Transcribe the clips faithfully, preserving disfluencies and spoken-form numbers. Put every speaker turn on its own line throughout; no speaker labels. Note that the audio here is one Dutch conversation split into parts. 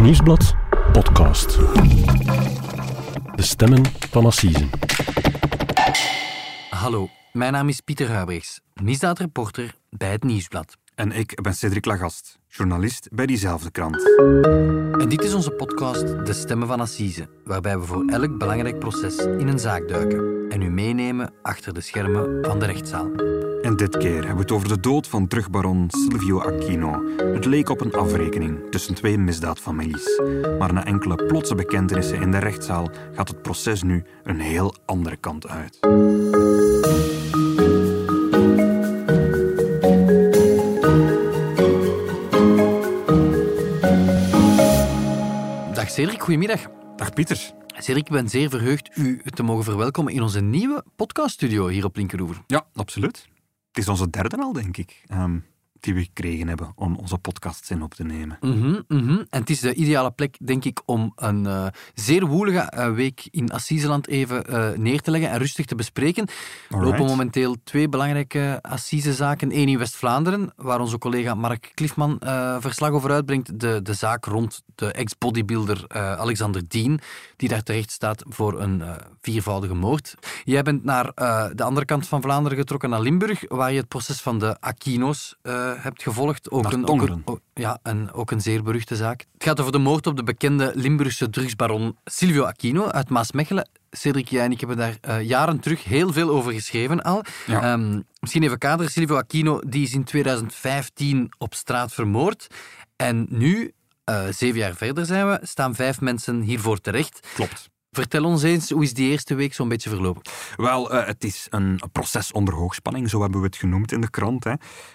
Nieuwsblad podcast. De stemmen van Assisen.
Hallo, mijn naam is Pieter Huybrechts, misdaadreporter bij het Nieuwsblad.
En ik ben Cédric Lagaste, journalist bij diezelfde krant.
En dit is onze podcast De Stemmen van Assise, waarbij we voor elk belangrijk proces in een zaak duiken en u meenemen achter de schermen van de rechtszaal.
En dit keer hebben we het over de dood van drugbaron Silvio Aquino. Het leek op een afrekening tussen twee misdaadfamilies. Maar na enkele plotse bekentenissen in de rechtszaal gaat het proces nu een heel andere kant uit.
Dag Cédric, goedemiddag.
Dag Pieter.
Cédric, ik ben zeer verheugd u te mogen verwelkomen in onze nieuwe podcaststudio hier op Linkeroever.
Ja, absoluut. Het is onze derde al, denk ik, um, die we gekregen hebben om onze podcasts in op te nemen.
Mm-hmm, mm-hmm. En het is de ideale plek, denk ik, om een uh, zeer woelige uh, week in Assiseland even uh, neer te leggen en rustig te bespreken. Er lopen momenteel twee belangrijke assisezaken. Eén in West-Vlaanderen, waar onze collega Mark Cliffman uh, verslag over uitbrengt. De, de zaak rond de ex-bodybuilder uh, Alexander Dien, die daar terecht staat voor een uh, viervoudige moord. Jij bent naar uh, de andere kant van Vlaanderen getrokken, naar Limburg, waar je het proces van de Aquino's uh, hebt gevolgd. Ook een, ook, een, ook, ja, en ook een zeer beruchte zaak. Het gaat over de moord op de bekende Limburgse drugsbaron Silvio Aquino uit Maasmechelen. Cédric, jij en ik hebben daar uh, jaren terug heel veel over geschreven al. Ja. Um, misschien even kader. Silvio Aquino die is in tweeduizend vijftien op straat vermoord. En nu, uh, zeven jaar verder zijn we, staan vijf mensen hiervoor terecht.
Klopt.
Vertel ons eens, hoe is die eerste week zo'n beetje verlopen?
Wel, uh, het is een proces onder hoogspanning, zo hebben we het genoemd in de krant. Hè.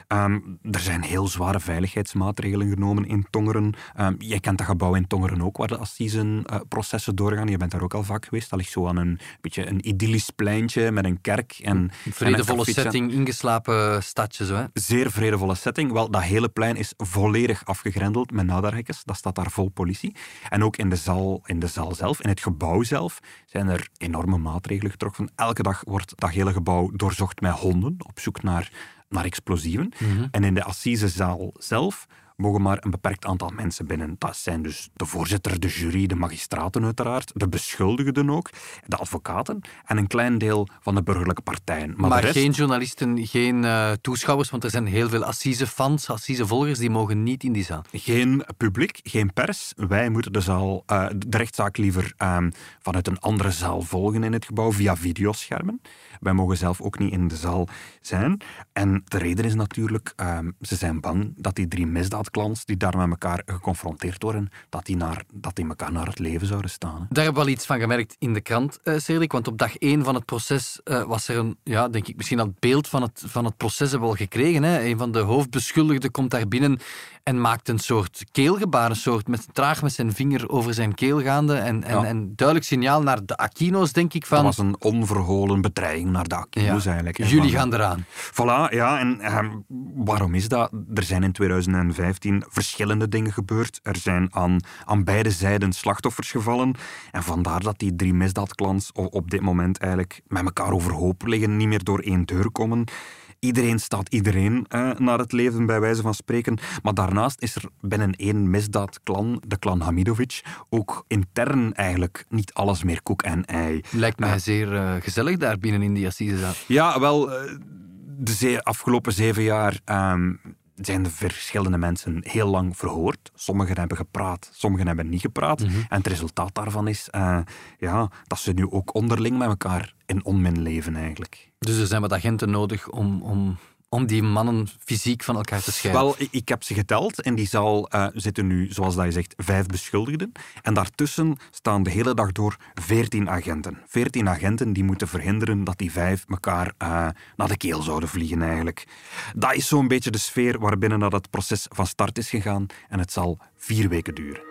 Um, er zijn heel zware veiligheidsmaatregelen genomen in Tongeren. Um, jij kent dat gebouw in Tongeren ook, waar de assisenprocessen uh, doorgaan. Je bent daar ook al vaak geweest. Dat ligt zo aan een beetje een idyllisch pleintje met een kerk. En,
een vredevolle en een setting, ingeslapen stadje. Zo, hè?
Zeer vredevolle setting. Wel, dat hele plein is volledig afgegrendeld met nadarhekkers. Dat staat daar vol politie. En ook in de zaal, in de zaal zelf, in het gebouw zelf, zijn er enorme maatregelen getroffen. Elke dag wordt dat hele gebouw doorzocht met honden op zoek naar, naar explosieven. Mm-hmm. En in de assisezaal zelf mogen maar een beperkt aantal mensen binnen. Dat zijn dus de voorzitter, de jury, de magistraten uiteraard, de beschuldigden ook, de advocaten en een klein deel van de burgerlijke partijen.
Maar, maar rest... geen journalisten, geen uh, toeschouwers, want er zijn heel veel assise-fans, assise-volgers, die mogen niet in die zaal.
Geen publiek, geen pers. Wij moeten de, zaal, uh, de rechtszaak liever uh, vanuit een andere zaal volgen in het gebouw, via videoschermen. Wij mogen zelf ook niet in de zaal zijn. En de reden is natuurlijk, uh, ze zijn bang dat die drie misdaadklans die daar met elkaar geconfronteerd worden, dat die, naar, dat die elkaar naar het leven zouden staan. Hè.
Daar hebben we al iets van gemerkt in de krant, uh, Cédric, want op dag één van het proces uh, was er een, ja, denk ik, misschien al het beeld van het, van het proces hebben we al gekregen. Hè. Een van de hoofdbeschuldigden komt daar binnen en maakt een soort keelgebaar, een soort met, traag met zijn vinger over zijn keel gaande en, en, ja. en duidelijk signaal naar de Aquino's, denk ik. Van...
Dat was een onverholen bedreiging naar de Aquino's ja. eigenlijk.
Jullie gaan eraan.
Voilà, ja. En uh, waarom is dat? Er zijn in tweeduizend vijftien verschillende dingen gebeurd. Er zijn aan, aan beide zijden slachtoffers gevallen. En vandaar dat die drie misdaadklans op dit moment eigenlijk met elkaar overhoop liggen, niet meer door één deur komen. Iedereen staat iedereen uh, naar het leven, bij wijze van spreken. Maar daarnaast is er binnen één misdaadklan, de klan Hamidovic, ook intern eigenlijk niet alles meer koek en ei.
Lijkt mij uh, zeer uh, gezellig daar binnen in die assisezaal.
Ja, wel, uh, de ze- afgelopen zeven jaar um, zijn de verschillende mensen heel lang verhoord. Sommigen hebben gepraat, sommigen hebben niet gepraat. Mm-hmm. En het resultaat daarvan is uh, ja, dat ze nu ook onderling met elkaar in onmin leven eigenlijk.
Dus er zijn wat agenten nodig om, om, om die mannen fysiek van elkaar te scheiden?
Wel, ik heb ze geteld. In die zaal uh, zitten nu, zoals dat je zegt, vijf beschuldigden. En daartussen staan de hele dag door veertien agenten. Veertien agenten die moeten verhinderen dat die vijf elkaar uh, naar de keel zouden vliegen eigenlijk. Dat is zo'n beetje de sfeer waarbinnen dat het proces van start is gegaan. En het zal vier weken duren.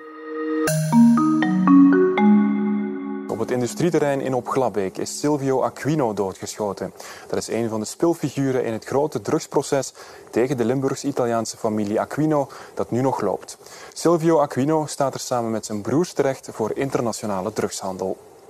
Op het industrieterrein in Opglabbeek is Silvio Aquino doodgeschoten. Dat is een van de speelfiguren in het grote drugsproces tegen de Limburgs-Italiaanse familie Aquino dat nu nog loopt. Silvio Aquino staat er samen met zijn broers terecht voor internationale drugshandel.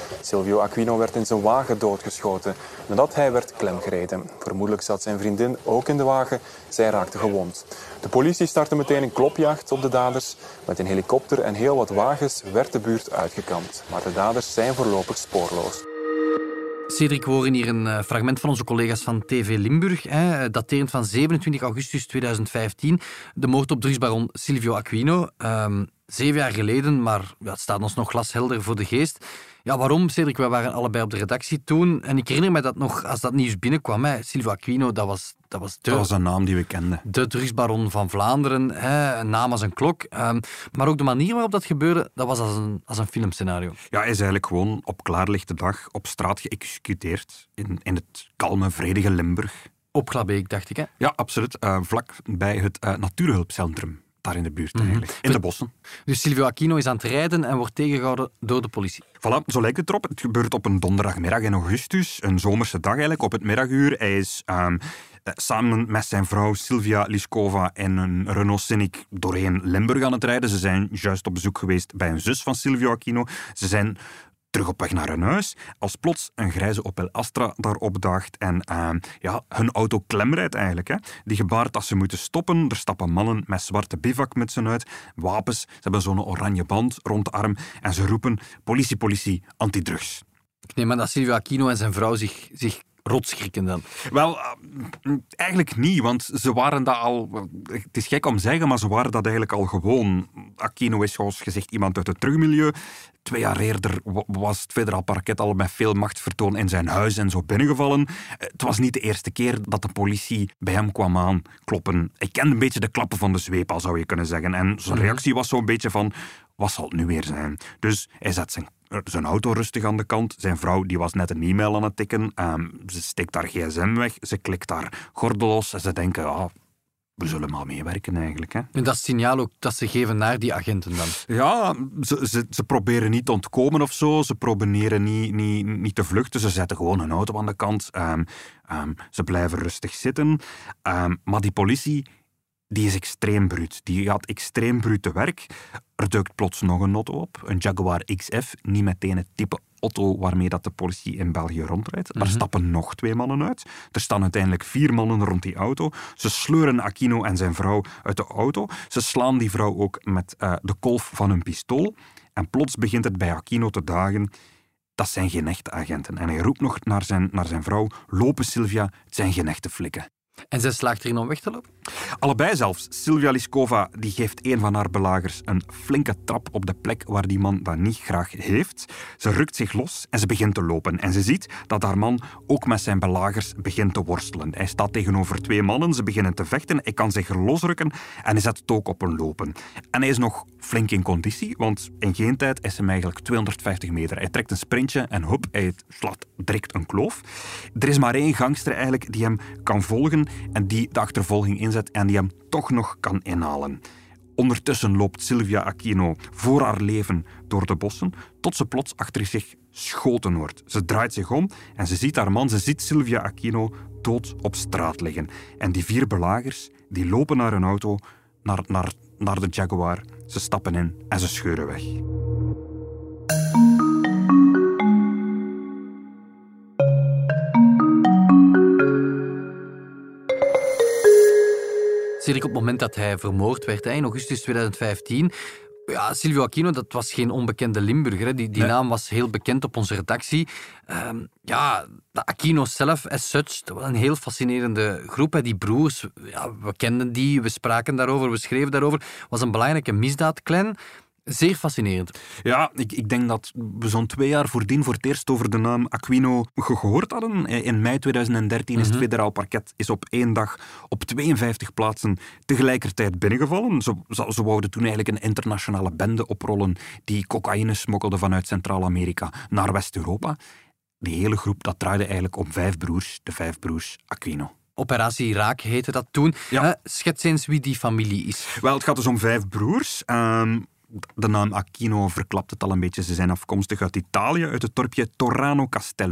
Silvio Aquino werd in zijn wagen doodgeschoten nadat hij werd klemgereden. Vermoedelijk zat zijn vriendin ook in de wagen. Zij raakte gewond. De politie startte meteen een klopjacht op de daders. Met een helikopter en heel wat wagens werd de buurt uitgekampt. Maar de daders zijn voorlopig spoorloos.
Cedric, we horen hier een fragment van onze collega's van T V Limburg, hè, daterend van zevenentwintig augustus tweeduizend vijftien. De moord op drugsbaron Silvio Aquino. Um, zeven jaar geleden, maar ja, het staat ons nog glashelder voor de geest. Ja, waarom, Cedric? Wij waren allebei op de redactie toen. En ik herinner me dat nog, als dat nieuws binnenkwam, hè, Silvio Aquino, dat was... Dat was, de,
dat was een naam die we kenden.
De drugsbaron van Vlaanderen, hè, een naam als een klok. Um, maar ook de manier waarop dat gebeurde, dat was als een, als een filmscenario.
Ja, hij is eigenlijk gewoon op klaarlichte dag op straat geëxecuteerd in, in het kalme, vredige Limburg.
Op Glabbeek, dacht ik, hè?
Ja, absoluut. Uh, vlak bij het uh, natuurhulpcentrum. Daar in de buurt eigenlijk, mm-hmm. in de bossen.
Dus Silvio Aquino is aan het rijden en wordt tegengehouden door de politie.
Voilà, zo lijkt het erop. Het gebeurt op een donderdagmiddag in augustus, een zomerse dag eigenlijk, op het middaguur. Hij is um, samen met zijn vrouw Silvia Liskova en een Renault Scenic doorheen Limburg aan het rijden. Ze zijn juist op bezoek geweest bij een zus van Silvio Aquino. Ze zijn terug op weg naar hun huis, als plots een grijze Opel Astra daar opdaagt en uh, ja, hun auto klemrijdt eigenlijk. Hè. Die gebaart dat ze moeten stoppen. Er stappen mannen met zwarte bivakmutsen uit, wapens. Ze hebben zo'n oranje band rond de arm en ze roepen politie, politie, antidrugs.
Ik neem aan dat Silvio Aquino en zijn vrouw zich... zich rotschrikken dan?
Wel, uh, eigenlijk niet, want ze waren dat al... Het is gek om te zeggen, maar ze waren dat eigenlijk al gewoon. Aquino is, zoals gezegd, iemand uit het drugmilieu. Twee jaar eerder was het federaal parket al met veel machtsvertoon in zijn huis en zo binnengevallen. Het was niet de eerste keer dat de politie bij hem kwam aankloppen. Hij kende een beetje de klappen van de zweep, al zou je kunnen zeggen. En zijn reactie was zo'n beetje van... Wat zal het nu weer zijn? Dus hij zet zijn zijn auto rustig aan de kant. Zijn vrouw die was net een e-mail aan het tikken. Um, ze steekt haar gsm weg. Ze klikt haar gordel los. En ze denken, ah, we zullen maar meewerken eigenlijk. Hè.
En dat is het signaal ook dat ze geven naar die agenten dan?
Ja, ze, ze, ze proberen niet te ontkomen of zo. Ze proberen niet, niet, niet te vluchten. Ze zetten gewoon hun auto aan de kant. Um, um, ze blijven rustig zitten. Um, maar die politie... Die is extreem bruut. Die gaat extreem bruut te werk. Er duikt plots nog een auto op. Een Jaguar X F. Niet meteen het type auto waarmee dat de politie in België rondrijdt. Daar mm-hmm. stappen nog twee mannen uit. Er staan uiteindelijk vier mannen rond die auto. Ze sleuren Aquino en zijn vrouw uit de auto. Ze slaan die vrouw ook met uh, de kolf van hun pistool. En plots begint het bij Aquino te dagen. Dat zijn geen echte agenten. En hij roept nog naar zijn, naar zijn vrouw. Lopen, Silvia. Het zijn geen echte flikken.
En zij slaagt erin om weg te lopen?
Allebei zelfs. Silvia Liskova die geeft een van haar belagers een flinke trap op de plek waar die man dat niet graag heeft. Ze rukt zich los en ze begint te lopen. En ze ziet dat haar man ook met zijn belagers begint te worstelen. Hij staat tegenover twee mannen, ze beginnen te vechten. Hij kan zich losrukken en hij zet het ook op een lopen. En hij is nog flink in conditie, want in geen tijd is hem eigenlijk tweehonderdvijftig meter. Hij trekt een sprintje en hop, hij slaat direct een kloof. Er is maar één gangster eigenlijk die hem kan volgen en die de achtervolging inzet en die hem toch nog kan inhalen. Ondertussen loopt Silvia Aquino voor haar leven door de bossen, tot ze plots achter zich schoten wordt. Ze draait zich om en ze ziet haar man, ze ziet Silvia Aquino dood op straat liggen. En die vier belagers, die lopen naar hun auto, naar, naar, naar de Jaguar. Ze stappen in en ze scheuren weg.
Cedric, op het moment dat hij vermoord werd, in augustus tweeduizend vijftien... Ja, Silvio Aquino, dat was geen onbekende Limburger. Hè. Die, die nee. naam was heel bekend op onze redactie. Um, ja, de Aquino's zelf, as such, dat was een heel fascinerende groep. Hè. Die broers, ja, we kenden die, we spraken daarover, we schreven daarover. Was een belangrijke misdaadclan. Zeer fascinerend.
Ja, ik, ik denk dat we zo'n twee jaar voordien voor het eerst over de naam Aquino gehoord hadden. In mei tweeduizend dertien is het mm-hmm. federaal parket is op één dag op tweeënvijftig plaatsen tegelijkertijd binnengevallen. Ze, ze, ze wouden toen eigenlijk een internationale bende oprollen die cocaïne smokkelde vanuit Centraal-Amerika naar West-Europa. Die hele groep, dat draaide eigenlijk om vijf broers, de vijf broers Aquino.
Operatie Raak heette dat toen. Ja. Uh, schets eens wie die familie is.
Wel, het gaat dus om vijf broers. Um, De naam Aquino verklapt het al een beetje. Ze zijn afkomstig uit Italië, uit het dorpje Torano Castello.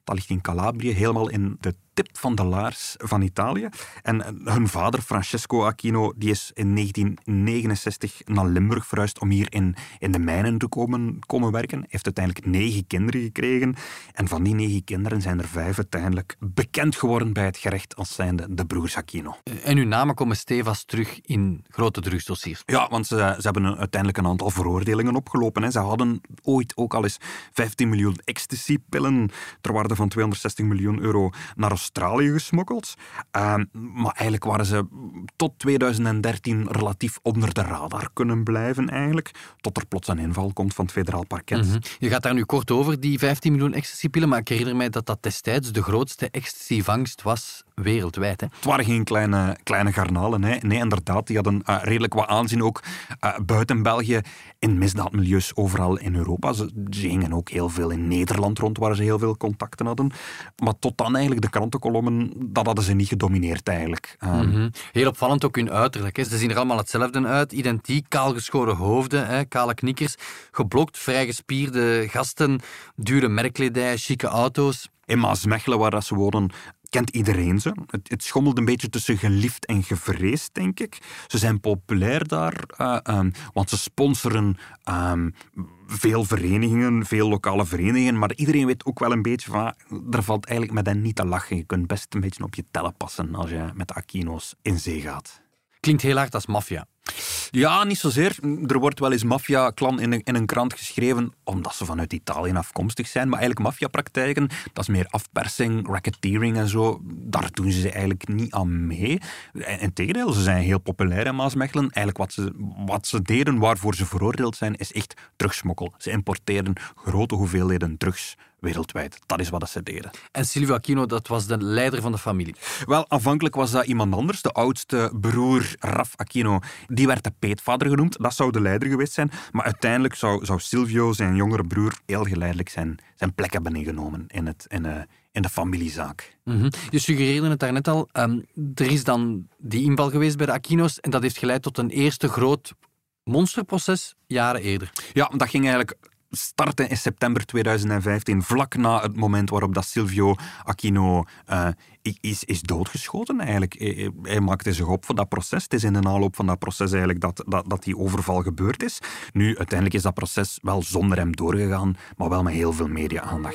Dat ligt in Calabrië, helemaal in de tip van de laars van Italië. En hun vader, Francesco Aquino, die is in negentien negenenzestig naar Limburg verhuisd om hier in, in de mijnen te komen, komen werken. Hij heeft uiteindelijk negen kinderen gekregen. En van die negen kinderen zijn er vijf uiteindelijk bekend geworden bij het gerecht als zijnde de broers Aquino.
En uw namen komen stevast terug in grote drugsdossiers.
Ja, want ze, ze hebben uiteindelijk een aantal veroordelingen opgelopen. Hè. Ze hadden ooit ook al eens vijftien miljoen ecstasy-pillen ter waarde van tweehonderdzestig miljoen euro naar Australië gesmokkeld. Uh, maar eigenlijk waren ze tot tweeduizend dertien relatief onder de radar kunnen blijven eigenlijk. Tot er plots een inval komt van het federaal parket.
Mm-hmm. Je gaat daar nu kort over, die vijftien miljoen ecstasy-pillen, maar ik herinner mij dat dat destijds de grootste ecstasy-vangst was wereldwijd. Hè?
Het waren geen kleine, kleine garnalen. Hè. Nee, inderdaad. Die hadden uh, redelijk wat aanzien ook uh, buiten België in misdaadmilieus overal in Europa. Ze, ze gingen ook heel veel in Nederland rond, waar ze heel veel contacten hadden. Maar tot dan eigenlijk de krantenkolommen, dat hadden ze niet gedomineerd eigenlijk. Um,
mm-hmm. Heel opvallend ook hun uiterlijk. Hè. Ze zien er allemaal hetzelfde uit. Identiek, kaalgeschoren hoofden, hè, kale knikkers, geblokt, vrijgespierde gasten, dure merkkledij, chique auto's.
In Maasmechelen, waar dat ze wonen, kent iedereen ze. Het, het schommelt een beetje tussen geliefd en gevreesd, denk ik. Ze zijn populair daar, uh, um, want ze sponsoren um, veel verenigingen, veel lokale verenigingen, maar iedereen weet ook wel een beetje van, er valt eigenlijk met hen niet te lachen. Je kunt best een beetje op je tellen passen als je met de Aquino's in zee gaat.
Klinkt heel hard als maffia.
Ja, niet zozeer. Er wordt wel eens maffia-klan in een, in een krant geschreven, omdat ze vanuit Italië afkomstig zijn. Maar eigenlijk maffiapraktijken, dat is meer afpersing, racketeering en zo. Daar doen ze eigenlijk niet aan mee. Integendeel, ze zijn heel populair in Maasmechelen. Eigenlijk wat ze, wat ze deden, waarvoor ze veroordeeld zijn, is echt drugsmokkel. Ze importeerden grote hoeveelheden drugs wereldwijd. Dat is wat ze deden.
En Silvio Aquino, dat was de leider van de familie?
Wel, aanvankelijk was dat iemand anders. De oudste broer, Raf Aquino, die werd de peetvader genoemd. Dat zou de leider geweest zijn. Maar uiteindelijk zou, zou Silvio, zijn jongere broer, heel geleidelijk zijn, zijn plek hebben ingenomen in, het, in, uh, in de familiezaak.
Mm-hmm. Je suggereerde het daarnet al. Um, er is dan die inval geweest bij de Aquino's en dat heeft geleid tot een eerste groot monsterproces jaren eerder.
Ja, dat ging eigenlijk starten in september tweeduizend vijftien, vlak na het moment waarop dat Silvio Aquino uh, is, is doodgeschoten. Eigenlijk. Hij, hij maakte zich op voor dat proces. Het is in de aanloop van dat proces eigenlijk dat, dat, dat die overval gebeurd is. Nu, uiteindelijk is dat proces wel zonder hem doorgegaan, maar wel met heel veel media-aandacht.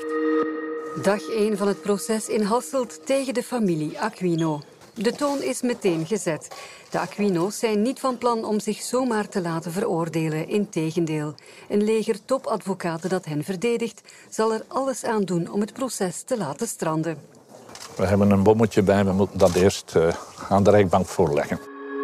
Dag één van het proces in Hasselt tegen de familie Aquino. De toon is meteen gezet. De Aquino's zijn niet van plan om zich zomaar te laten veroordelen. Integendeel. Een leger topadvocaten dat hen verdedigt zal er alles aan doen om het proces te laten stranden.
We hebben een bommetje bij, we moeten dat eerst uh, aan de rechtbank voorleggen.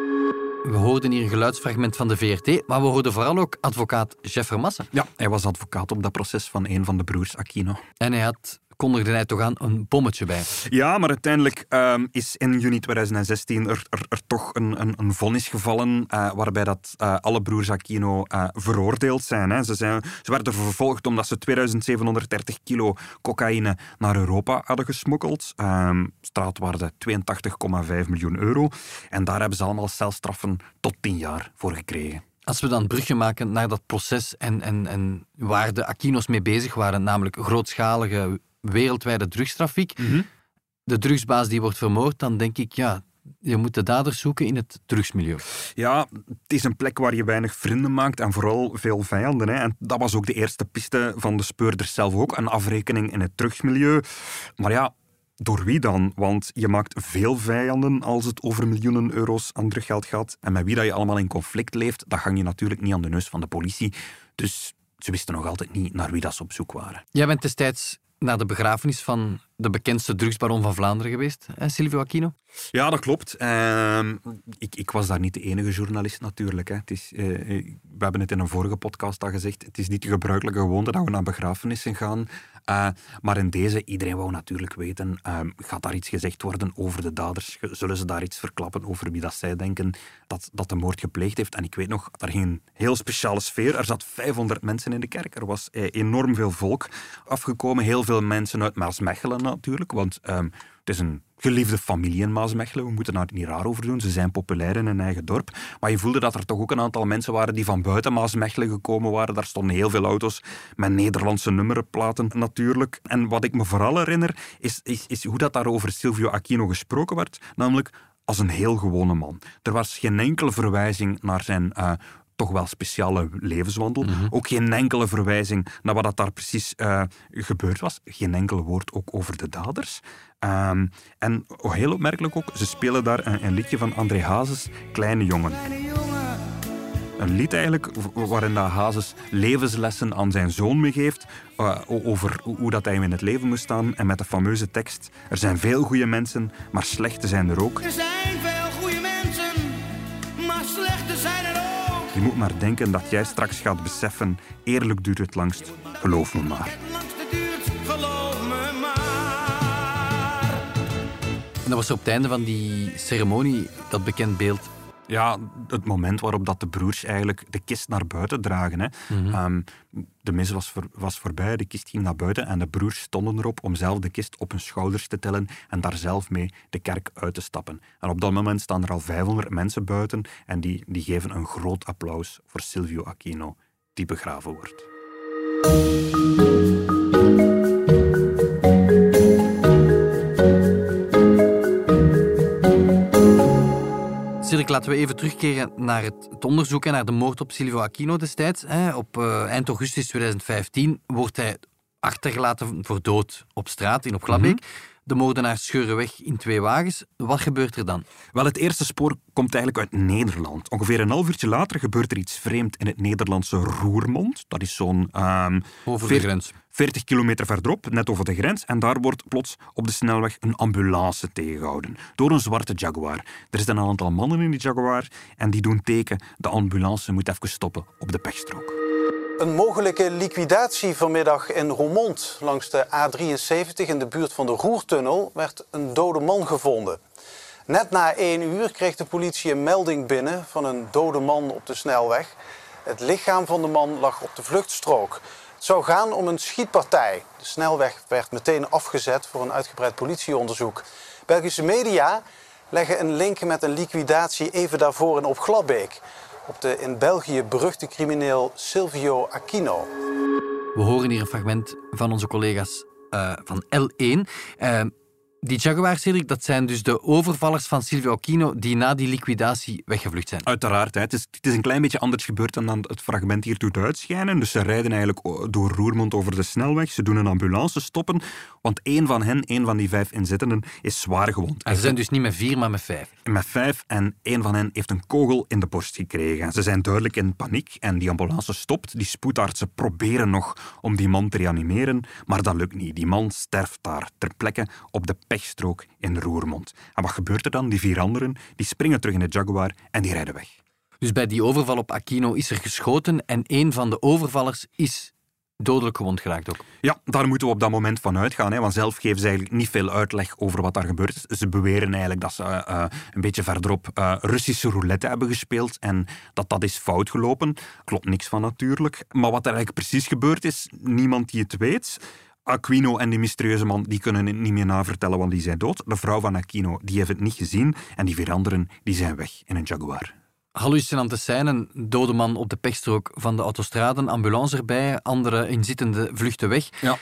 We hoorden hier een geluidsfragment van de V R T, maar we hoorden vooral ook advocaat Jeff Vermassen.
Ja, hij was advocaat op dat proces van een van de broers Aquino.
En hij had... kondigde hij toch aan een bommetje bij.
Ja, maar uiteindelijk um, is in juni tweeduizend zestien er, er, er toch een, een, een vonnis gevallen uh, waarbij dat, uh, alle broers Aquino uh, veroordeeld zijn, hè. Ze zijn. Ze werden vervolgd omdat ze tweeduizend zevenhonderddertig kilo cocaïne naar Europa hadden gesmokkeld. Um, straatwaarde tweeëntachtig komma vijf miljoen euro. En daar hebben ze allemaal celstraffen tot tien jaar voor gekregen.
Als we dan een brugje maken naar dat proces en, en, en waar de Aquino's mee bezig waren, namelijk grootschalige wereldwijde drugstrafiek. Mm-hmm. De drugsbaas die wordt vermoord, dan denk ik, ja, je moet de daders zoeken in het drugsmilieu.
Ja, het is een plek waar je weinig vrienden maakt en vooral veel vijanden. Hè. En dat was ook de eerste piste van de speurders zelf ook, een afrekening in het drugsmilieu. Maar ja, door wie dan? Want je maakt veel vijanden als het over miljoenen euro's aan druggeld gaat. En met wie dat je allemaal in conflict leeft, dat hang je natuurlijk niet aan de neus van de politie. Dus ze wisten nog altijd niet naar wie dat ze op zoek waren.
Jij bent destijds naar de begrafenis van de bekendste drugsbaron van Vlaanderen geweest, hè, Silvio Aquino?
Ja, dat klopt. Uh, ik, ik was daar niet de enige journalist natuurlijk. Hè. Het is, uh, we hebben het in een vorige podcast al gezegd, het is niet de gebruikelijke gewoonte dat we naar begrafenissen gaan. Uh, maar in deze, iedereen wou natuurlijk weten, uh, gaat daar iets gezegd worden over de daders? Zullen ze daar iets verklappen over wie dat zij denken dat, dat de moord gepleegd heeft? En ik weet nog, daar ging een heel speciale sfeer. Er zat vijfhonderd mensen in de kerk. Er was uh, enorm veel volk afgekomen. Heel veel mensen uit Maasmechelen natuurlijk, want um, Het is een geliefde familie in Maasmechelen. We moeten daar niet raar over doen. Ze zijn populair in hun eigen dorp. Maar je voelde dat er toch ook een aantal mensen waren die van buiten Maasmechelen gekomen waren. Daar stonden heel veel auto's met Nederlandse nummerplaten natuurlijk. En wat ik me vooral herinner, is, is, is hoe dat daar over Silvio Aquino gesproken werd. Namelijk als een heel gewone man. Er was geen enkele verwijzing naar zijn Uh, toch wel speciale levenswandel. Mm-hmm. Ook geen enkele verwijzing naar wat dat daar precies uh, gebeurd was. Geen enkel woord ook over de daders. Um, en heel opmerkelijk ook, ze spelen daar een, een liedje van André Hazes, Kleine Jongen. Een lied eigenlijk waarin dat Hazes levenslessen aan zijn zoon meegeeft uh, over hoe dat hij in het leven moest staan. En met de fameuze tekst: er zijn veel goede mensen, maar slechte zijn er ook.
Er zijn veel goede mensen, maar slechte zijn er ook.
Je moet maar denken dat jij straks gaat beseffen, eerlijk duurt het langst, geloof me maar.
Het langste duurt, geloof me maar.
En dat was op het einde van die ceremonie, dat bekend beeld.
Ja, het moment waarop dat de broers eigenlijk de kist naar buiten dragen. Hè. Mm-hmm. Um, de mis was, voor, was voorbij, de kist ging naar buiten en de broers stonden erop om zelf de kist op hun schouders te tillen en daar zelf mee de kerk uit te stappen. En op dat moment staan er al vijfhonderd mensen buiten en die, die geven een groot applaus voor Silvio Aquino, die begraven wordt.
Cedric, laten we even terugkeren naar het, het onderzoek en naar de moord op Silvio Aquino destijds. Hè. Op uh, eind augustus tweeduizend vijftien wordt hij achtergelaten voor dood op straat in Opglabbeek. Mm-hmm. De moordenaars scheuren weg in twee wagens. Wat gebeurt er dan?
Wel, het eerste spoor komt eigenlijk uit Nederland. Ongeveer een half uurtje later gebeurt er iets vreemd in het Nederlandse Roermond. Dat is zo'n Um,
over de grens.
veertig kilometer verderop, net over de grens. En daar wordt plots op de snelweg een ambulance tegengehouden. Door een zwarte Jaguar. Er zitten een aantal mannen in die Jaguar en die doen teken. De ambulance moet even stoppen op de pechstrook.
Een mogelijke liquidatie vanmiddag in Roermond. Langs de A drieënzeventig in de buurt van de Roertunnel werd een dode man gevonden. Net na één uur kreeg de politie een melding binnen van een dode man op de snelweg. Het lichaam van de man lag op de vluchtstrook. Het zou gaan om een schietpartij. De snelweg werd meteen afgezet voor een uitgebreid politieonderzoek. Belgische media leggen een link met een liquidatie even daarvoor in Opglabbeek. Op de in België beruchte crimineel Silvio Aquino.
We horen hier een fragment van onze collega's uh, van L één. Uh, die Jaguars, Cedric, dat zijn dus de overvallers van Silvio Aquino die na die liquidatie weggevlucht zijn.
Uiteraard. Hè. Het, is, het is een klein beetje anders gebeurd dan het fragment hier doet uitschijnen. Dus ze rijden eigenlijk door Roermond over de snelweg. Ze doen een ambulance stoppen. Want één van hen, één van die vijf inzittenden, is zwaar gewond.
En ze zijn dus niet met vier, maar met vijf.
Met vijf. En één van hen heeft een kogel in de borst gekregen. Ze zijn duidelijk in paniek. En die ambulance stopt. Die spoedartsen proberen nog om die man te reanimeren. Maar dat lukt niet. Die man sterft daar ter plekke op de pechstrook in Roermond. En wat gebeurt er dan? Die vier anderen die springen terug in de Jaguar en die rijden weg.
Dus bij die overval op Aquino is er geschoten en een van de overvallers is dodelijk gewond geraakt ook.
Ja, daar moeten we op dat moment van uitgaan. Hè, want zelf geven ze eigenlijk niet veel uitleg over wat daar gebeurd is. Ze beweren eigenlijk dat ze uh, een beetje verderop uh, Russische roulette hebben gespeeld en dat dat is fout gelopen. Klopt niks van natuurlijk. Maar wat er eigenlijk precies gebeurd is, niemand die het weet. Aquino en die mysterieuze man die kunnen het niet meer navertellen, want die zijn dood. De vrouw van Aquino die heeft het niet gezien en die vier anderen die zijn weg in een Jaguar.
Hallucinante scène, dode man op de pechstrook van de autostraden, ambulance erbij, andere inzittenden vluchten weg.
Ja.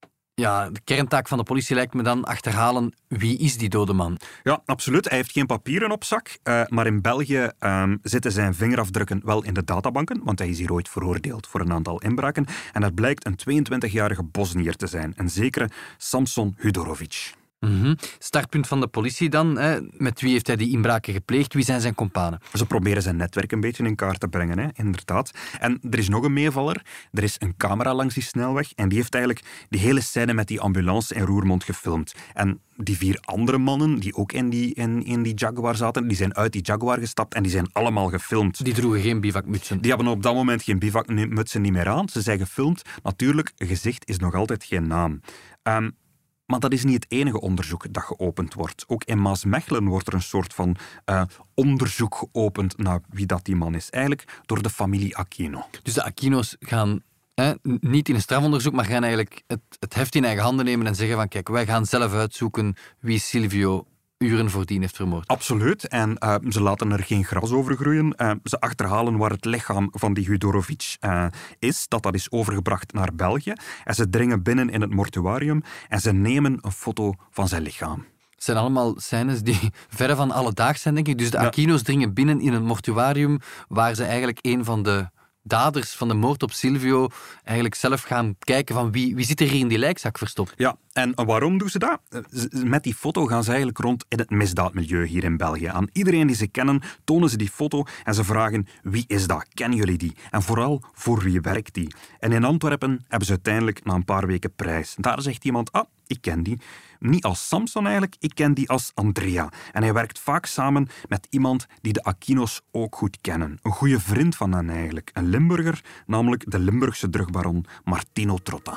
Ja, de kerntaak van de politie lijkt me dan achterhalen wie is die dode man.
Ja, absoluut. Hij heeft geen papieren op zak, uh, maar in België um, zitten zijn vingerafdrukken wel in de databanken, want hij is hier ooit veroordeeld voor een aantal inbraken. En dat blijkt een tweeëntwintigjarige Bosnier te zijn, een zekere Samson Hudorovic.
Mm-hmm. Startpunt van de politie dan. Hè. Met wie heeft hij die inbraken gepleegd? Wie zijn zijn kompanen?
Ze proberen zijn netwerk een beetje in kaart te brengen, hè, inderdaad. En er is nog een meevaller. Er is een camera langs die snelweg en die heeft eigenlijk die hele scène met die ambulance in Roermond gefilmd. En die vier andere mannen die ook in die, in, in die Jaguar zaten, die zijn uit die Jaguar gestapt en die zijn allemaal gefilmd.
Die droegen geen bivakmutsen.
Die hebben op dat moment geen bivakmutsen niet meer aan. Ze zijn gefilmd. Natuurlijk, gezicht is nog altijd geen naam. Um, Maar dat is niet het enige onderzoek dat geopend wordt. Ook in Maasmechelen wordt er een soort van uh, onderzoek geopend naar wie dat die man is. Eigenlijk door de familie Aquino.
Dus de Aquino's gaan Hè, niet in een strafonderzoek, maar gaan eigenlijk het, het heft in eigen handen nemen en zeggen van kijk, wij gaan zelf uitzoeken wie Silvio uren voordien heeft vermoord.
Absoluut. En uh, ze laten er geen gras over groeien. Uh, ze achterhalen waar het lichaam van die Hudorovic uh, is, dat dat is overgebracht naar België. En ze dringen binnen in het mortuarium en ze nemen een foto van zijn lichaam.
Het zijn allemaal scènes die verre van alledaags zijn, denk ik. Dus de
Ja.
Aquino's dringen binnen in een mortuarium waar ze eigenlijk een van de daders van de moord op Silvio eigenlijk zelf gaan kijken van wie, wie zit er hier in die lijkzak verstopt.
Ja, en waarom doen ze dat? Met die foto gaan ze eigenlijk rond in het misdaadmilieu hier in België. Aan iedereen die ze kennen, tonen ze die foto en ze vragen wie is dat? Kennen jullie die? En vooral, voor wie werkt die? En in Antwerpen hebben ze uiteindelijk na een paar weken prijs. Daar zegt iemand, ah, ik ken die. Niet als Samson eigenlijk, ik ken die als Andrea. En hij werkt vaak samen met iemand die de Aquino's ook goed kennen. Een goede vriend van hen eigenlijk. Een Limburger, namelijk de Limburgse drugbaron Martino Trotta.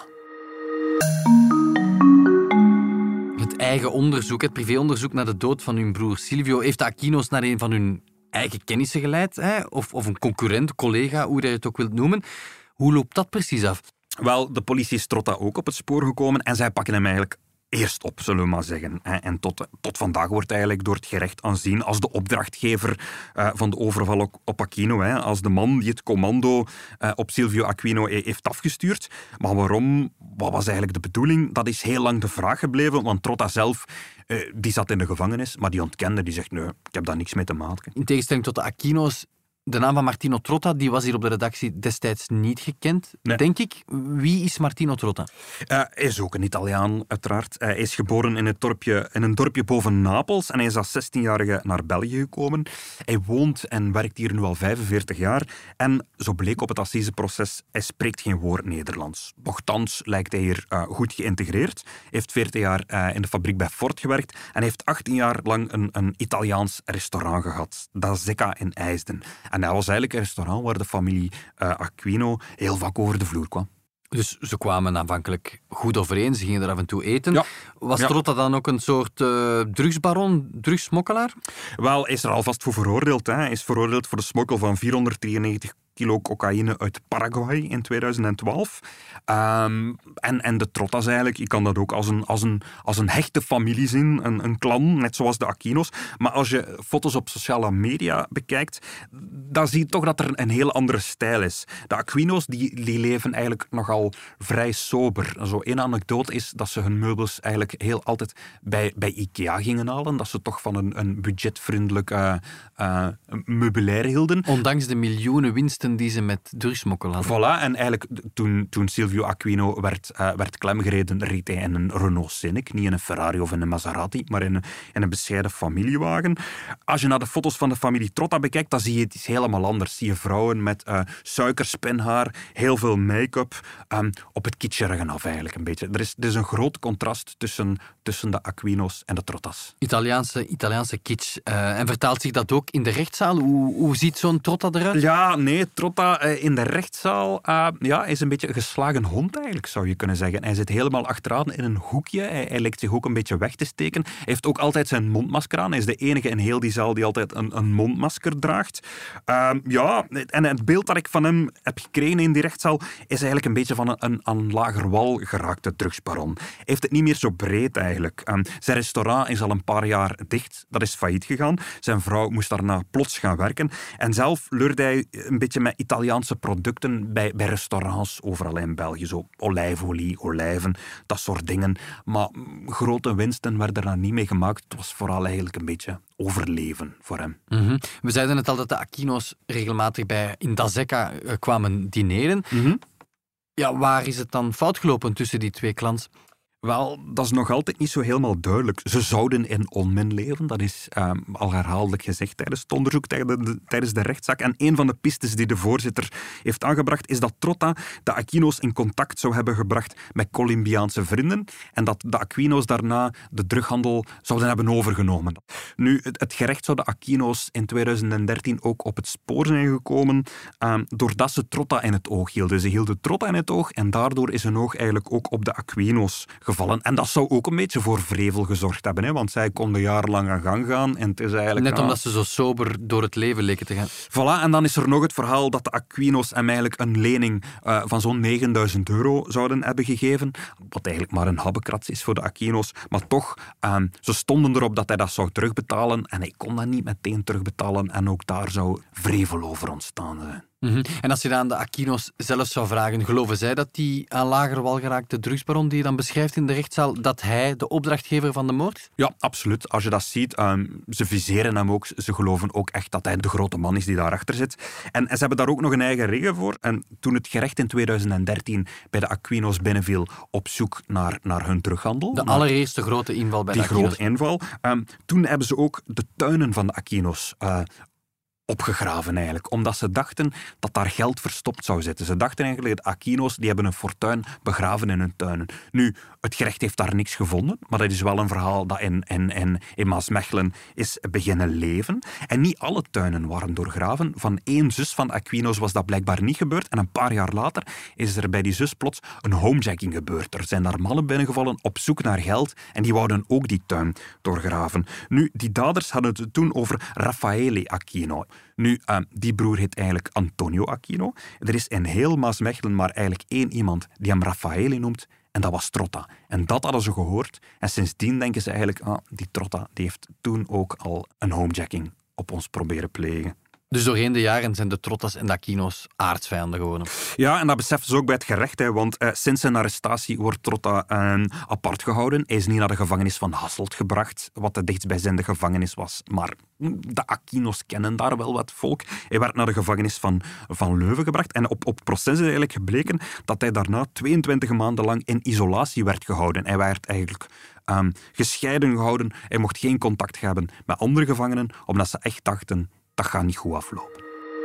Het eigen onderzoek, het privéonderzoek naar de dood van hun broer Silvio, heeft de Aquino's naar een van hun eigen kennissen geleid, hè? Of, of een concurrent, collega, hoe je het ook wilt noemen. Hoe loopt dat precies af?
Wel, de politie is Trotta ook op het spoor gekomen en zij pakken hem eigenlijk eerst op, zullen we maar zeggen. En tot, tot vandaag wordt eigenlijk door het gerecht aanzien als de opdrachtgever uh, van de overval op, op Aquino. Hè, als de man die het commando uh, op Silvio Aquino heeft afgestuurd. Maar waarom? Wat was eigenlijk de bedoeling? Dat is heel lang de vraag gebleven, want Trotta zelf uh, die zat in de gevangenis, maar die ontkende, die zegt, nee, ik heb daar niks mee te maken.
In tegenstelling tot de Aquino's, de naam van Martino Trotta, die was hier op de redactie destijds niet gekend,
Nee.
denk ik. Wie is Martino Trotta?
Uh, hij is ook een Italiaan, uiteraard. Uh, hij is geboren in, het dorpje, in een dorpje boven Napels en hij is als zestienjarige naar België gekomen. Hij woont en werkt hier nu al vijfenveertig jaar. En zo bleek op het assiseproces, hij spreekt geen woord Nederlands. Nochtans lijkt hij hier uh, goed geïntegreerd. Hij heeft veertig jaar uh, in de fabriek bij Ford gewerkt en heeft achttien jaar lang een, een Italiaans restaurant gehad. Da Zecca in IJsden. En dat was eigenlijk een restaurant waar de familie uh, Aquino heel vaak over de vloer kwam.
Dus ze kwamen aanvankelijk goed overeen, ze gingen er af en toe eten.
Ja.
Was
Ja.
Trotta dan ook een soort uh, drugsbaron, drugssmokkelaar?
Wel, hij is er alvast voor veroordeeld. Hè. Hij is veroordeeld voor de smokkel van vierhonderddrieënnegentig kilo cocaïne uit Paraguay in tweeduizend twaalf. Um, en, en de Trottas eigenlijk, je kan dat ook als een, als een, als een hechte familie zien, een, een clan, net zoals de Aquino's. Maar als je foto's op sociale media bekijkt, dan zie je toch dat er een heel andere stijl is. De Aquino's die, die leven eigenlijk nogal vrij sober. Zo één anekdote is dat ze hun meubels eigenlijk heel altijd bij, bij IKEA gingen halen. Dat ze toch van een, een budgetvriendelijk uh, uh, meubilair hielden.
Ondanks de miljoenen winsten die ze met drugssmokkel hadden.
Voilà, en eigenlijk toen, toen Silvio Aquino werd, uh, werd klemgereden, reed hij in een Renault Scenic. Niet in een Ferrari of in een Maserati, maar in een, in een bescheiden familiewagen. Als je naar de foto's van de familie Trotta bekijkt, dan zie je het is helemaal anders. Zie je vrouwen met uh, suikerspinhaar, heel veel make-up, um, op het kitscherige af eigenlijk een beetje. Er is, er is een groot contrast tussen, tussen de Aquino's en de Trottas.
Italiaanse, Italiaanse kitsch. Uh, en vertaalt zich dat ook in de rechtszaal? Hoe, hoe ziet zo'n Trotta eruit?
Ja, nee, Trotta uh, in de rechtszaal uh, ja, is een beetje een geslagen hond eigenlijk, zou je kunnen zeggen. Hij zit helemaal achteraan in een hoekje. Hij, hij lijkt zich ook een beetje weg te steken. Hij heeft ook altijd zijn mondmasker aan. Hij is de enige in heel die zaal die altijd een, een mondmasker draagt. Uh, ja, en het beeld dat ik van hem heb gekregen in die rechtszaal is eigenlijk een beetje van een, een aan lager wal geraakte drugsbaron. Hij heeft het niet meer zo breed eigenlijk. Um, zijn restaurant is al een paar jaar dicht. Dat is failliet gegaan. Zijn vrouw moest daarna plots gaan werken. En zelf leurde hij een beetje met Italiaanse producten bij, bij restaurants overal in België. Zo olijfolie, olijven, dat soort dingen. Maar grote winsten werden daar niet mee gemaakt. Het was vooral eigenlijk een beetje overleven voor hem.
Mm-hmm. We zeiden het al dat de Aquino's regelmatig bij in Da Zecca uh, kwamen dineren.
Mm-hmm.
Ja, waar is het dan fout gelopen tussen die twee clans?
Wel, dat is nog altijd niet zo helemaal duidelijk. Ze zouden in onmin leven, dat is um, al herhaaldelijk gezegd tijdens het onderzoek, tijdens de, tijdens de rechtszaak. En een van de pistes die de voorzitter heeft aangebracht, is dat Trotta de Aquino's in contact zou hebben gebracht met Colombiaanse vrienden en dat de Aquino's daarna de drughandel zouden hebben overgenomen. Nu, het, het gerecht zou de Aquino's in tweeduizend dertien ook op het spoor zijn gekomen, um, doordat ze Trotta in het oog hielden. Ze hielden Trotta in het oog en daardoor is hun oog eigenlijk ook op de Aquino's gevallen. gevallen. En dat zou ook een beetje voor vrevel gezorgd hebben, hè, want zij konden jarenlang aan gang gaan. En het is eigenlijk,
Net
ja,
omdat ze zo sober door het leven leken te gaan.
Voilà, en dan is er nog het verhaal dat de Aquino's hem eigenlijk een lening uh, van zo'n negenduizend euro zouden hebben gegeven. Wat eigenlijk maar een habbekrats is voor de Aquino's. Maar toch, um, ze stonden erop dat hij dat zou terugbetalen. En hij kon dat niet meteen terugbetalen. En ook daar zou vrevel over ontstaan zijn.
Mm-hmm. En als je dan aan de Aquino's zelf zou vragen, geloven zij dat die aan lager wal geraakte drugsbaron die je dan beschrijft in de rechtszaal, dat hij de opdrachtgever van de moord is?
Ja, absoluut. Als je dat ziet, um, ze viseren hem ook. Ze geloven ook echt dat hij de grote man is die daarachter zit. En, en ze hebben daar ook nog een eigen regel voor. En toen het gerecht in tweeduizend dertien bij de Aquino's binnenviel op zoek naar, naar hun terughandel.
De allereerste grote inval bij
die
de Aquino's.
Die grote inval. Um, toen hebben ze ook de tuinen van de Aquino's uh, opgegraven eigenlijk, omdat ze dachten dat daar geld verstopt zou zitten. Ze dachten eigenlijk, de Aquino's die hebben een fortuin begraven in hun tuinen. Nu, het gerecht heeft daar niks gevonden, maar dat is wel een verhaal dat in, in, in, in Maasmechelen is beginnen leven. En niet alle tuinen waren doorgraven. Van één zus van de Aquino's was dat blijkbaar niet gebeurd. En een paar jaar later is er bij die zus plots een homejacking gebeurd. Er zijn daar mannen binnengevallen op zoek naar geld en die wouden ook die tuin doorgraven. Nu, die daders hadden het toen over Raffaele Aquino. Nu, uh, die broer heet eigenlijk Antonio Aquino. Er is in heel Maasmechelen maar eigenlijk één iemand die hem Raffaele noemt. En dat was Trotta. En dat hadden ze gehoord. En sindsdien denken ze eigenlijk, ah, die Trotta die heeft toen ook al een homejacking op ons proberen plegen.
Dus doorheen de jaren zijn de Trottas en de Aquino's aardsvijanden geworden.
Ja, en dat beseffen ze ook bij het gerecht. Hè, want eh, sinds zijn arrestatie wordt Trotta eh, apart gehouden. Hij is niet naar de gevangenis van Hasselt gebracht, wat de dichtstbijzijnde gevangenis was. Maar de Aquino's kennen daar wel wat volk. Hij werd naar de gevangenis van, van Leuven gebracht. En op, op het proces is eigenlijk gebleken dat hij daarna tweeëntwintig maanden lang in isolatie werd gehouden. Hij werd eigenlijk um, gescheiden gehouden. Hij mocht geen contact hebben met andere gevangenen, omdat ze echt dachten, dat gaat niet goed aflopen.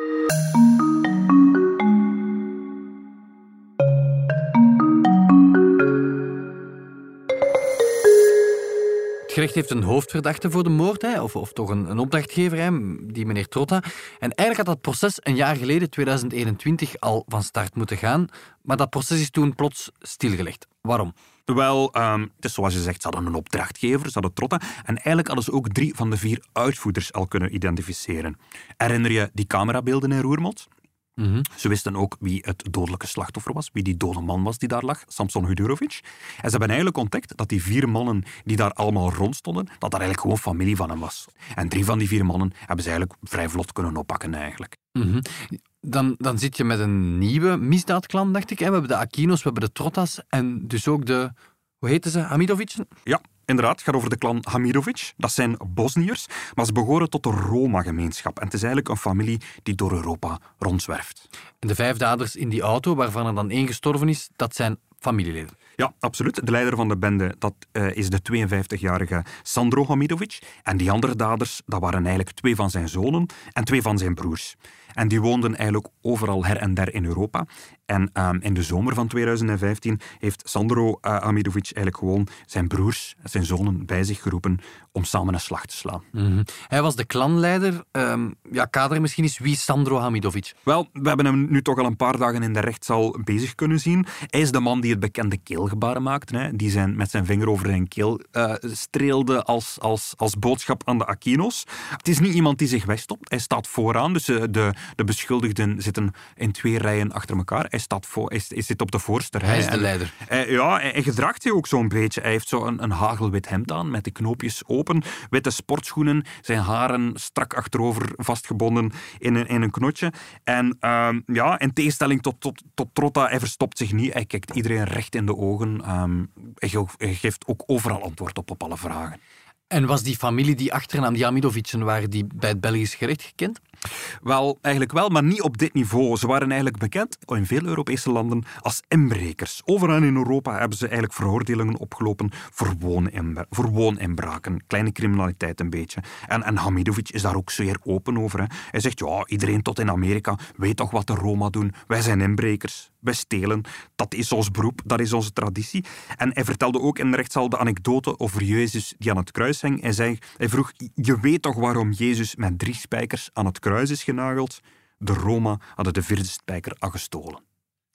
Het gerecht heeft een hoofdverdachte voor de moord, hè, of, of toch een, een opdrachtgever, hè, die meneer Trotta. En eigenlijk had dat proces een jaar geleden, tweeduizend eenentwintig, al van start moeten gaan. Maar dat proces is toen plots stilgelegd. Waarom?
Wel, um, het is zoals je zegt, ze hadden een opdrachtgever, ze hadden Trotta. En eigenlijk hadden ze ook drie van de vier uitvoerders al kunnen identificeren. Herinner je die camerabeelden in Roermond?
Mm-hmm.
Ze wisten ook wie het dodelijke slachtoffer was, wie die dode man was die daar lag, Samson Hudurovic. En ze hebben eigenlijk ontdekt dat die vier mannen die daar allemaal rondstonden, dat dat eigenlijk gewoon familie van hem was. En drie van die vier mannen hebben ze eigenlijk vrij vlot kunnen oppakken eigenlijk.
Mm-hmm. Dan, dan zit je met een nieuwe misdaadklan, dacht ik. Hè? We hebben de Aquino's, we hebben de Trottas en dus ook de, hoe heten ze, Hamidovicen?
Ja, inderdaad. Het gaat over de clan Hamidovic. Dat zijn Bosniërs, maar ze behoren tot de Roma-gemeenschap. En het is eigenlijk een familie die door Europa rondzwerft.
En de vijf daders in die auto, waarvan er dan één gestorven is, dat zijn familieleden.
Ja, absoluut. De leider van de bende, dat uh, is de tweeënvijftigjarige Sandro Hamidovic. En die andere daders, dat waren eigenlijk twee van zijn zonen en twee van zijn broers. En die woonden eigenlijk overal her en der in Europa. En um, in de zomer van tweeduizend vijftien heeft Sandro uh, Hamidovic eigenlijk gewoon zijn broers, zijn zonen bij zich geroepen om samen een slag te slaan.
Mm-hmm. Hij was de klanleider. Um, ja, kader misschien is wie Sandro Hamidovic?
Wel, we hebben hem nu toch al een paar dagen in de rechtszaal bezig kunnen zien. Hij is de man die het bekende keelgebaren maakt, hè, die zijn, met zijn vinger over zijn keel uh, streelde als, als, als boodschap aan de Aquino's. Het is niet iemand die zich wegstopt. Hij staat vooraan, dus uh, de, de beschuldigden zitten in twee rijen achter elkaar. Hij, staat voor, hij, hij zit op de voorste rij.
Hij is de leider.
Hij, ja, hij, hij gedraagt zich ook zo'n beetje. Hij heeft zo een, een hagelwit hemd aan, met de knoopjes open, witte sportschoenen, zijn haren strak achterover vastgebonden in een, in een knotje. En um, ja, in tegenstelling tot, tot, tot Trotta, hij verstopt zich niet. Hij kijkt iedereen recht in de ogen. Um, hij, ge- hij geeft ook overal antwoord op, op alle vragen.
En was die familie die achternaam, die Hamidovicen, waren die bij het Belgisch gerecht gekend?
Wel, eigenlijk wel, maar niet op dit niveau. Ze waren eigenlijk bekend in veel Europese landen als inbrekers. Overal in Europa hebben ze eigenlijk veroordelingen opgelopen voor, wooninbra- voor wooninbraken. Kleine criminaliteit een beetje. En, en Hamidovic is daar ook zeer open over. Hè. Hij zegt, ja, iedereen tot in Amerika weet toch wat de Roma doen. Wij zijn inbrekers. Wij stelen. Dat is ons beroep. Dat is onze traditie. En hij vertelde ook in de rechtszaal de anekdote over Jezus die aan het kruis hing. Hij, zei, hij vroeg, je weet toch waarom Jezus met drie spijkers aan het kruis is genageld? De Roma hadden de vierde spijker al gestolen.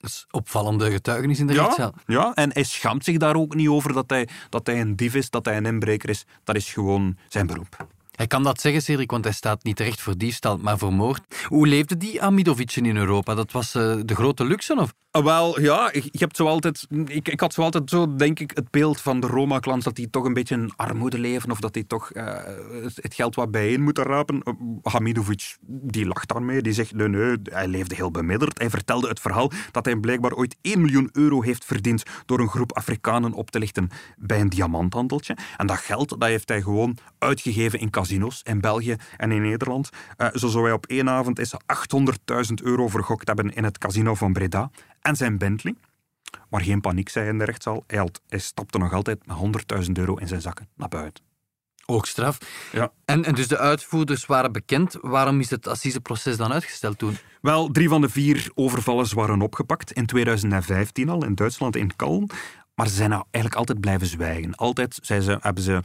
Dat is opvallende getuigenis in de
Ja,
rechtszaal.
ja, en hij schaamt zich daar ook niet over dat hij, dat hij een dief is, dat hij een inbreker is. Dat is gewoon zijn beroep.
Hij kan dat zeggen, Cedric, want hij staat niet terecht voor diefstal, maar voor moord. Hoe leefden die Amidovicen in Europa? Dat was uh, de grote luxe, of?
Ah, wel, ja, je hebt zo altijd... Ik, ik had zo altijd zo, denk ik, het beeld van de Roma-klans dat die toch een beetje in armoede leven of dat die toch uh, het geld wat bijeen moeten rapen. Hamidovic, die lacht daarmee. Die zegt, nee, nee, hij leefde heel bemiddeld. Hij vertelde het verhaal dat hij blijkbaar ooit één miljoen euro heeft verdiend door een groep Afrikanen op te lichten bij een diamanthandeltje. En dat geld, dat heeft hij gewoon uitgegeven in casino's in België en in Nederland. Uh, zo zou hij op één avond eens achthonderdduizend euro vergokt hebben in het casino van Breda. En zijn Bentley. Maar geen paniek, zei hij in de rechtszaal. Hij, had, hij stapte nog altijd met honderdduizend euro in zijn zakken naar buiten.
Ook straf.
Ja.
En, en dus de uitvoerders waren bekend. Waarom is het assiseproces dan uitgesteld toen?
Wel, drie van de vier overvallers waren opgepakt. In tweeduizend vijftien al, in Duitsland, in Kalm. Maar ze zijn nou eigenlijk altijd blijven zwijgen. Altijd zijn ze, hebben ze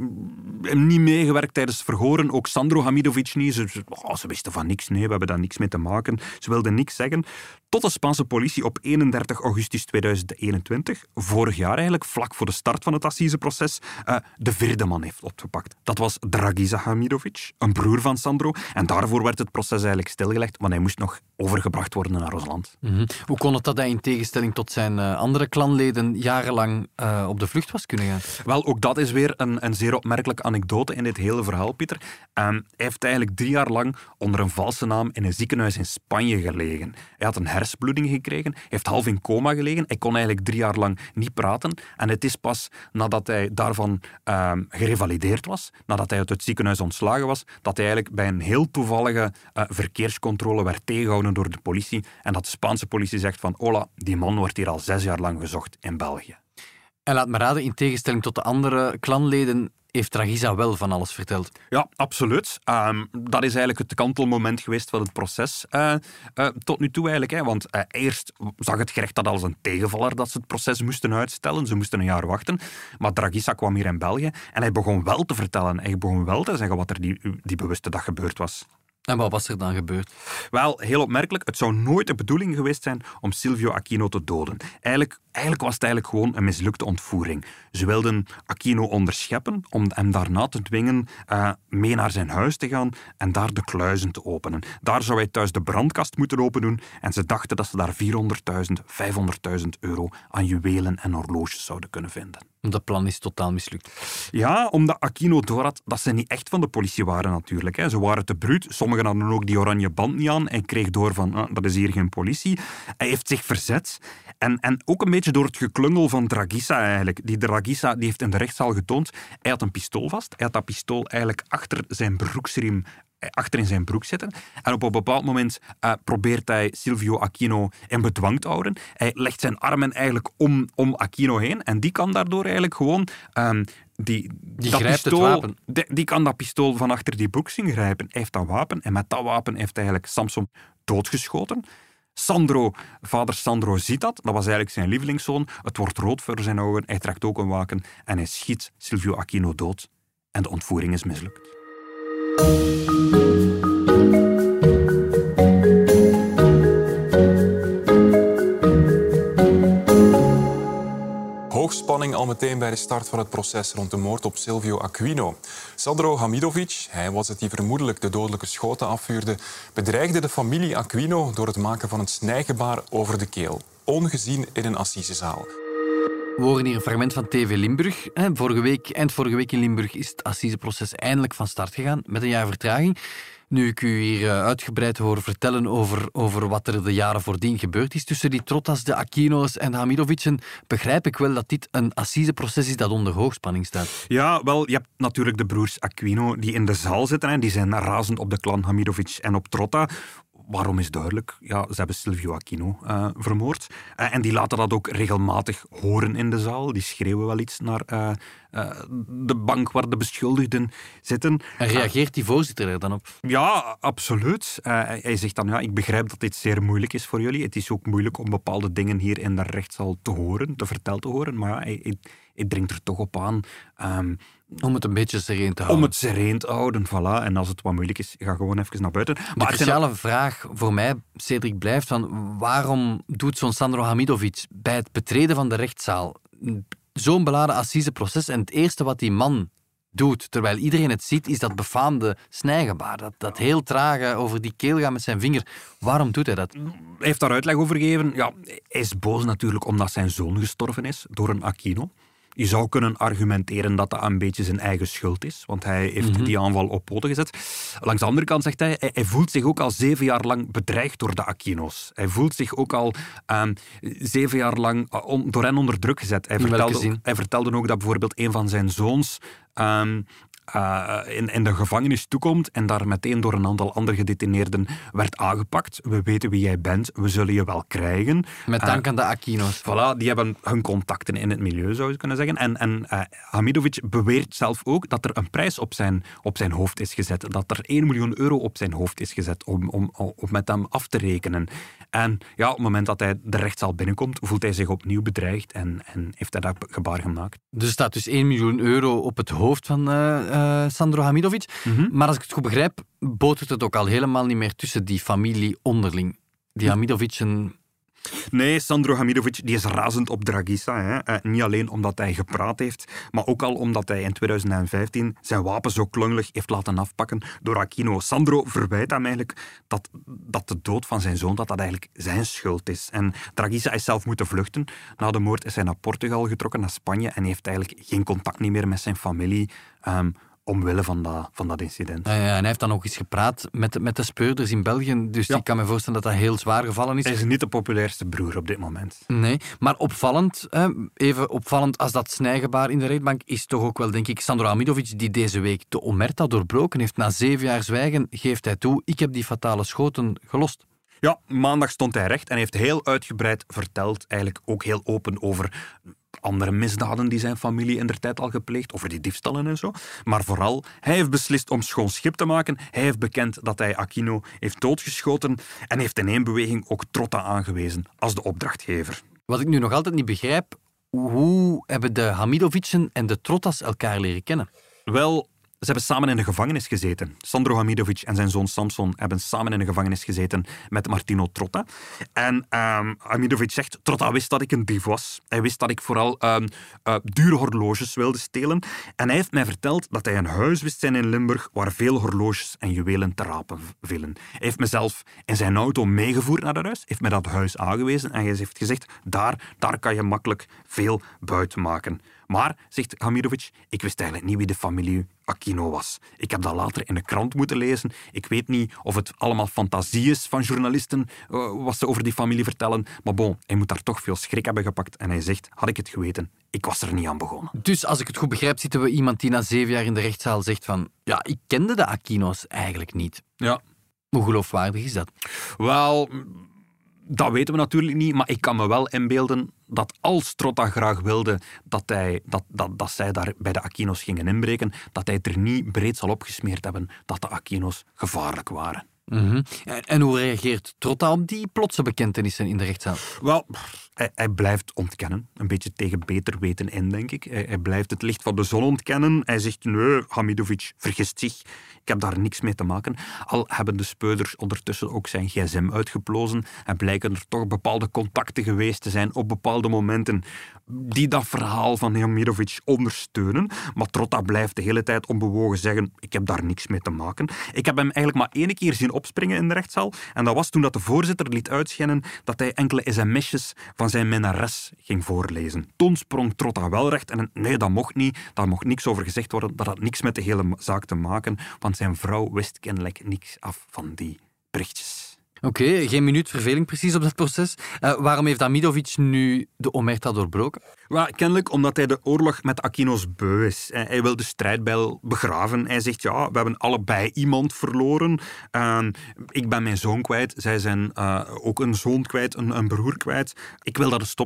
niet meegewerkt tijdens het verhoren. Ook Sandro Hamidovic niet. Ze, oh, ze wisten van niks. Nee, we hebben daar niks mee te maken. Ze wilden niks zeggen. Tot de Spaanse politie op eenendertig augustus tweeduizend eenentwintig, vorig jaar eigenlijk, vlak voor de start van het assiseproces, uh, de vierde man heeft opgepakt. Dat was Dragiša Hamidovic, een broer van Sandro. En daarvoor werd het proces eigenlijk stilgelegd, want hij moest nog overgebracht worden naar Rusland.
Mm-hmm. Hoe kon het dat hij in tegenstelling tot zijn uh, andere klanleden jarenlang uh, op de vlucht was kunnen gaan?
Wel, ook dat is weer een, een zeer opmerkelijke anekdote in dit hele verhaal, Pieter. Um, hij heeft eigenlijk drie jaar lang onder een valse naam in een ziekenhuis in Spanje gelegen. Hij had een hersenbloeding gekregen, hij heeft half in coma gelegen, hij kon eigenlijk drie jaar lang niet praten. En het is pas nadat hij daarvan um, gerevalideerd was, nadat hij uit het ziekenhuis ontslagen was, dat hij eigenlijk bij een heel toevallige uh, verkeerscontrole werd tegengehouden door de politie. En dat de Spaanse politie zegt van, hola, die man wordt hier al zes jaar lang gezocht in België.
En laat me raden, in tegenstelling tot de andere klanleden heeft Dragiša wel van alles verteld.
Ja, absoluut. Um, dat is eigenlijk het kantelmoment geweest van het proces. Uh, uh, tot nu toe eigenlijk. Hè, want uh, eerst zag het gerecht dat als een tegenvaller dat ze het proces moesten uitstellen. Ze moesten een jaar wachten. Maar Dragiša kwam hier in België en hij begon wel te vertellen. Hij begon wel te zeggen wat er die, die bewuste dag gebeurd was.
En wat was er dan gebeurd?
Wel, heel opmerkelijk. Het zou nooit de bedoeling geweest zijn om Silvio Aquino te doden. Eigenlijk, eigenlijk was het eigenlijk gewoon een mislukte ontvoering. Ze wilden Aquino onderscheppen om hem daarna te dwingen uh, mee naar zijn huis te gaan en daar de kluizen te openen. Daar zou hij thuis de brandkast moeten opendoen en ze dachten dat ze daar vierhonderdduizend, vijfhonderdduizend euro aan juwelen en horloges zouden kunnen vinden.
Dat plan is totaal mislukt.
Ja, omdat Aquino doorhad dat ze niet echt van de politie waren natuurlijk. Hè. Ze waren te bruut. Sommigen hadden ook die oranje band niet aan. Hij kreeg door van, ah, dat is hier geen politie. Hij heeft zich verzet. En, en ook een beetje door het geklungel van Dragiša eigenlijk. Die Dragiša die heeft in de rechtszaal getoond, hij had een pistool vast. Hij had dat pistool eigenlijk achter zijn broeksriem achter in zijn broek zitten. En op een bepaald moment uh, probeert hij Silvio Aquino in bedwang te houden. Hij legt zijn armen eigenlijk om, om Aquino heen en die kan daardoor eigenlijk gewoon... Um, Die,
die
dat
grijpt
pistool,
het wapen.
Die, die kan dat pistool van achter die broek zien grijpen. Hij heeft dat wapen en met dat wapen heeft hij eigenlijk Samson doodgeschoten. Sandro, vader Sandro ziet dat. Dat was eigenlijk zijn lievelingszoon. Het wordt rood voor zijn ogen. Hij trekt ook een wapen en hij schiet Silvio Aquino dood. En de ontvoering is mislukt.
Hoogspanning al meteen bij de start van het proces rond de moord op Silvio Aquino. Sandro Hamidovic, hij was het die vermoedelijk de dodelijke schoten afvuurde, bedreigde de familie Aquino door het maken van een snijgebaar over de keel. Ongezien in een assisezaal.
We horen hier een fragment van T V Limburg. Vorige week, eind vorige week in Limburg is het assiseproces eindelijk van start gegaan, met een jaar vertraging. Nu ik u hier uitgebreid hoor vertellen over, over wat er de jaren voordien gebeurd is tussen die Trottas, de Aquino's en de Hamidovicen, begrijp ik wel dat dit een assiseproces is dat onder hoogspanning staat.
Ja, wel, je hebt natuurlijk de broers Aquino die in de zaal zitten. Hè. Die zijn razend op de clan Hamidovic en op Trotta. Waarom is duidelijk? Ja, ze hebben Silvio Aquino uh, vermoord. Uh, en die laten dat ook regelmatig horen in de zaal. Die schreeuwen wel iets naar uh, uh, de bank waar de beschuldigden zitten.
En reageert die voorzitter er dan op?
Ja, absoluut. Uh, hij zegt dan, ja, ik begrijp dat dit zeer moeilijk is voor jullie. Het is ook moeilijk om bepaalde dingen hier in de rechtszaal te horen, te verteld te horen. Maar ja, hij, hij, hij dringt er toch op aan... Um,
om het een beetje sereen te houden.
Om het sereen te houden, voilà. En als het wat moeilijk is, ga gewoon even naar buiten.
Maar de cruciale zijn... vraag voor mij, Cedric, blijft van waarom doet zo'n Sandro Hamidovic bij het betreden van de rechtszaal zo'n beladen assiseproces en het eerste wat die man doet, terwijl iedereen het ziet, is dat befaamde snijgebaar. Dat, dat heel trage over die keel gaan met zijn vinger. Waarom doet hij dat?
Hij heeft daar uitleg over gegeven. Ja, hij is boos natuurlijk omdat zijn zoon gestorven is door een Aquino. Je zou kunnen argumenteren dat dat een beetje zijn eigen schuld is, want hij heeft mm-hmm. die aanval op poten gezet. Langs de andere kant zegt hij, hij, hij voelt zich ook al zeven jaar lang bedreigd door de Aquino's. Hij voelt zich ook al um, zeven jaar lang on, door hen onder druk gezet. Hij vertelde, hij vertelde ook dat bijvoorbeeld een van zijn zoons... Um, Uh, in, in de gevangenis toekomt en daar meteen door een aantal andere gedetineerden werd aangepakt. We weten wie jij bent, we zullen je wel krijgen.
Met dank uh, aan de Aquino's.
Voilà, die hebben hun contacten in het milieu, zou je kunnen zeggen. En, en uh, Hamidovic beweert zelf ook dat er een prijs op zijn, op zijn hoofd is gezet. Dat er één miljoen euro op zijn hoofd is gezet om, om, om met hem af te rekenen. En ja, op het moment dat hij de rechtszaal binnenkomt, voelt hij zich opnieuw bedreigd en, en heeft hij dat gebaar gemaakt.
Dus er staat dus één miljoen euro op het hoofd van uh, uh, Sandro Hamidovic. Mm-hmm. Maar als ik het goed begrijp, botert het ook al helemaal niet meer tussen die familie onderling. Die Hamidovic een...
Nee, Sandro Hamidovic die is razend op Dragiša. Hè. Uh, niet alleen omdat hij gepraat heeft, maar ook al omdat hij in twintig vijftien zijn wapen zo klungelig heeft laten afpakken door Aquino. Sandro verwijt hem eigenlijk dat, dat de dood van zijn zoon dat dat eigenlijk zijn schuld is. En Dragiša is zelf moeten vluchten. Na de moord is hij naar Portugal getrokken, naar Spanje, en heeft eigenlijk geen contact niet meer met zijn familie. Um, omwille van dat, van dat incident.
Ja, ja, en hij heeft dan nog eens gepraat met, met de speurders in België, dus ja. Ik kan me voorstellen dat dat heel zwaar gevallen is.
Hij is niet de populairste broer op dit moment.
Nee, maar opvallend, even opvallend als dat snijgebaar in de rechtbank, is toch ook wel, denk ik, Sandro Hamidovic, die deze week de omerta doorbroken heeft. Na zeven jaar zwijgen geeft hij toe, ik heb die fatale schoten gelost.
Ja, maandag stond hij recht en heeft heel uitgebreid verteld, eigenlijk ook heel open over andere misdaden die zijn familie indertijd al gepleegd, over die diefstallen en zo. Maar vooral, hij heeft beslist om schoon schip te maken. Hij heeft bekend dat hij Aquino heeft doodgeschoten en heeft in één beweging ook Trotta aangewezen als de opdrachtgever.
Wat ik nu nog altijd niet begrijp, hoe hebben de Hamidovicen en de Trottas elkaar leren kennen?
Wel... Ze hebben samen in de gevangenis gezeten. Sandro Hamidovic en zijn zoon Samson hebben samen in de gevangenis gezeten met Martino Trotta. En um, Hamidovic zegt, Trotta wist dat ik een dief was. Hij wist dat ik vooral um, uh, dure horloges wilde stelen. En hij heeft mij verteld dat hij een huis wist zijn in Limburg waar veel horloges en juwelen te rapen vielen. Hij heeft mezelf in zijn auto meegevoerd naar dat huis, heeft mij dat huis aangewezen en hij heeft gezegd, daar, daar kan je makkelijk veel buit maken. Maar, zegt Hamidovic, ik wist eigenlijk niet wie de familie Aquino was. Ik heb dat later in de krant moeten lezen. Ik weet niet of het allemaal fantasie is van journalisten, uh, wat ze over die familie vertellen. Maar bon, hij moet daar toch veel schrik hebben gepakt. En hij zegt, had ik het geweten, ik was er niet aan begonnen.
Dus als ik het goed begrijp, zitten we iemand die na zeven jaar in de rechtszaal zegt van, ja, ik kende de Aquino's eigenlijk niet.
Ja.
Hoe geloofwaardig is dat?
Wel... Dat weten we natuurlijk niet, maar ik kan me wel inbeelden dat als Trotta graag wilde dat, hij, dat, dat, dat zij daar bij de Aquino's gingen inbreken, dat hij het er niet breed zal opgesmeerd hebben dat de Aquino's gevaarlijk waren.
Mm-hmm. En, en hoe reageert Trotta op die plotse bekentenissen in de rechtszaal?
Wel, hij, hij blijft ontkennen. Een beetje tegen beter weten in, denk ik. Hij, hij blijft het licht van de zon ontkennen. Hij zegt, nee, Hamidovic vergist zich. Ik heb daar niks mee te maken. Al hebben de speurders ondertussen ook zijn gsm uitgeplozen en blijken er toch bepaalde contacten geweest te zijn op bepaalde momenten die dat verhaal van Hamidovic ondersteunen. Maar Trotta blijft de hele tijd onbewogen zeggen, ik heb daar niks mee te maken. Ik heb hem eigenlijk maar één keer zien opspringen in de rechtszaal en dat was toen dat de voorzitter liet uitschijnen dat hij enkele sms'jes van zijn minnares ging voorlezen. Toen sprong Trotta wel recht en nee, dat mocht niet. Daar mocht niks over gezegd worden. Dat had niks met de hele zaak te maken, want zijn vrouw wist kennelijk niks af van die berichtjes.
Oké, okay, geen minuut verveling precies op dat proces. Uh, waarom heeft Hamidovic nu de omerta doorbroken?
Well, kennelijk omdat hij de oorlog met Aquino's beu is. Hij wil de strijdbijl begraven. Hij zegt, ja, we hebben allebei iemand verloren. Uh, ik ben mijn zoon kwijt. Zij zijn uh, ook een zoon kwijt, een, een broer kwijt. Ik wil dat het stopt.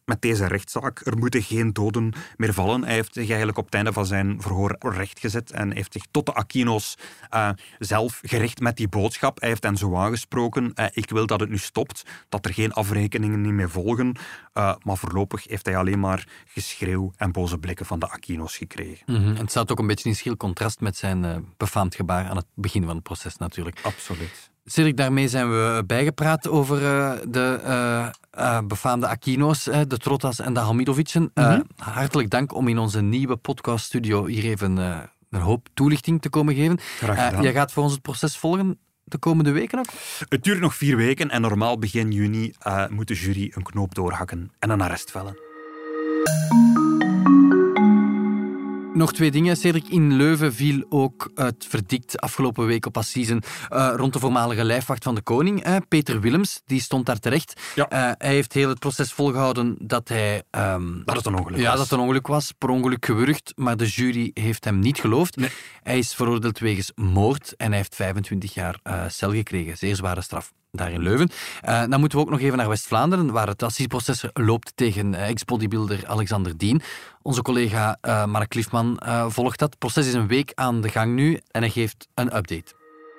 met deze rechtszaak. Er moeten geen doden meer vallen. Hij heeft zich eigenlijk op het einde van zijn verhoor rechtgezet en heeft zich tot de Aquino's uh, zelf gericht met die boodschap. Hij heeft hen zo aangesproken. Uh, ik wil dat het nu stopt, dat er geen afrekeningen niet meer volgen. Uh, maar voorlopig heeft hij alleen maar geschreeuw en boze blikken van de Aquino's gekregen.
Mm-hmm. En het staat ook een beetje in schil contrast met zijn uh, befaamd gebaar aan het begin van het proces natuurlijk.
Absoluut.
Cedric, daarmee zijn we bijgepraat over uh, de uh, uh, befaamde Aquino's, uh, de Trottas en de Hamidovicen. Uh, mm-hmm. Hartelijk dank om in onze nieuwe podcaststudio hier even uh, een hoop toelichting te komen geven.
Graag gedaan.
Uh, jij gaat voor ons het proces volgen de komende weken ook?
Het duurt nog vier weken en normaal begin juni uh, moet de jury een knoop doorhakken en een arrest vellen.
Nog twee dingen, Cedric. In Leuven viel ook het verdict afgelopen week op Assisen uh, rond de voormalige lijfwacht van de koning, uh, Peter Willems. Die stond daar terecht.
Ja.
Uh, hij heeft heel het proces volgehouden dat hij... Um,
dat het een ongeluk
ja,
was.
dat het een ongeluk was. Per ongeluk gewurgd, maar de jury heeft hem niet geloofd.
Nee.
Hij is veroordeeld wegens moord en hij heeft vijfentwintig jaar uh, cel gekregen. Zeer zware straf. Daar in Leuven. Uh, dan moeten we ook nog even naar West-Vlaanderen, waar het assiseproces loopt tegen uh, ex-bodybuilder Alexander Dien. Onze collega uh, Mark Cliffman uh, volgt dat. Het proces is een week aan de gang nu en hij geeft een update.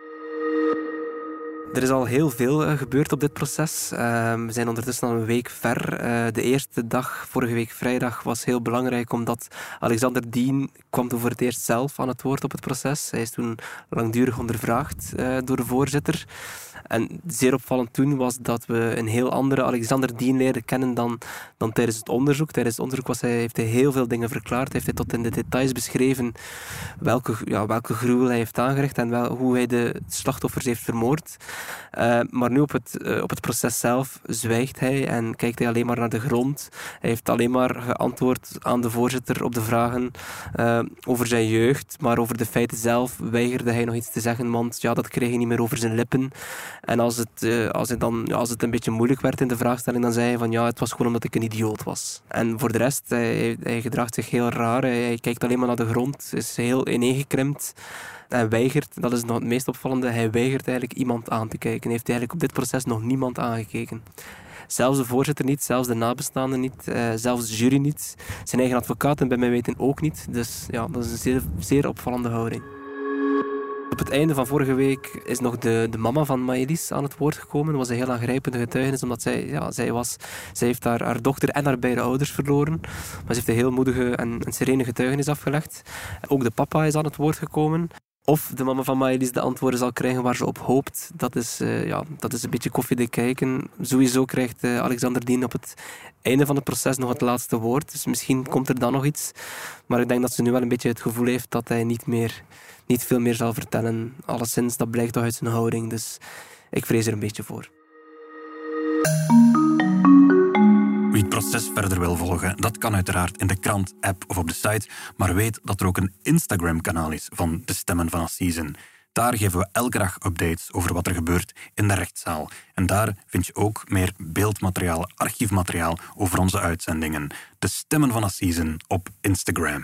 Er is al heel veel uh, gebeurd op dit proces. Uh, we zijn ondertussen al een week ver. Uh, de eerste dag, vorige week vrijdag, was heel belangrijk omdat Alexander Dien kwam toen voor het eerst zelf aan het woord op het proces. Hij is toen langdurig ondervraagd uh, door de voorzitter. En zeer opvallend toen was dat we een heel andere Alexander Dien leren kennen dan, dan tijdens het onderzoek. Tijdens het onderzoek was hij, heeft hij heel veel dingen verklaard. Heeft hij tot in de details beschreven welke, ja, welke gruwel hij heeft aangericht en wel, hoe hij de slachtoffers heeft vermoord. Uh, maar nu op het, uh, op het proces zelf zwijgt hij en kijkt hij alleen maar naar de grond. Hij heeft alleen maar geantwoord aan de voorzitter op de vragen uh, over zijn jeugd, maar over de feiten zelf weigerde hij nog iets te zeggen, want ja, dat kreeg hij niet meer over zijn lippen. En als het, uh, als, het dan, ja, als het een beetje moeilijk werd in de vraagstelling, dan zei hij van ja, het was gewoon omdat ik een idioot was. En voor de rest, hij, hij gedraagt zich heel raar. Hij, hij kijkt alleen maar naar de grond, is heel ineengekrimpt. Hij weigert, dat is nog het meest opvallende, hij weigert eigenlijk iemand aan te kijken. Hij heeft eigenlijk op dit proces nog niemand aangekeken. Zelfs de voorzitter niet, zelfs de nabestaanden niet, uh, zelfs de jury niet. Zijn eigen advocaten bij mij weten ook niet. Dus ja, dat is een zeer, zeer opvallende houding. Op het einde van vorige week is nog de, de mama van Maëlys aan het woord gekomen. Dat was een heel aangrijpende getuigenis, omdat zij, ja, zij, was, zij heeft haar, haar dochter en haar beide ouders verloren. Maar ze heeft een heel moedige en, en serene getuigenis afgelegd. Ook de papa is aan het woord gekomen. Of de mama van Maëlys de antwoorden zal krijgen waar ze op hoopt. Dat is, uh, ja, dat is een beetje koffiedik kijken. Sowieso krijgt uh, Alexander Dien op het einde van het proces nog het laatste woord. Dus misschien komt er dan nog iets. Maar ik denk dat ze nu wel een beetje het gevoel heeft dat hij niet, meer, niet veel meer zal vertellen. Alleszins, dat blijkt toch uit zijn houding. Dus ik vrees er een beetje voor.
Wie het proces verder wil volgen, dat kan uiteraard in de krant, app of op de site, maar weet dat er ook een Instagram-kanaal is van de Stemmen van Assisen. Daar geven we elke dag updates over wat er gebeurt in de rechtszaal. En daar vind je ook meer beeldmateriaal, archiefmateriaal over onze uitzendingen. De Stemmen van Assisen op Instagram.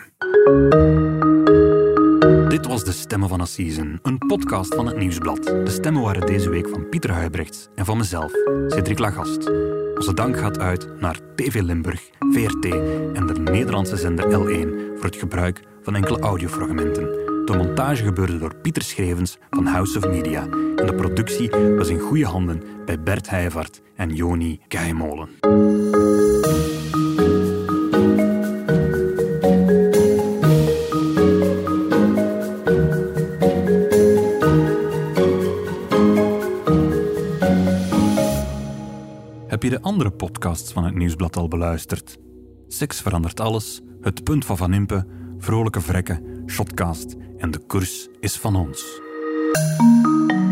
Dit was De Stemmen van Assisen, een podcast van het Nieuwsblad. De stemmen waren deze week van Pieter Huybrechts en van mezelf, Cedric Lagast. Onze dank gaat uit naar T V Limburg, V R T en de Nederlandse zender L één voor het gebruik van enkele audiofragmenten. De montage gebeurde door Pieter Schrevens van House of Media en de productie was in goede handen bij Bert Heijvaart en Joni Keimolen. Heb je de andere podcasts van het Nieuwsblad al beluisterd? Seks verandert alles, Het Punt van Van Impe, Vrolijke Vrekken, Shotcast en De Koers is van ons.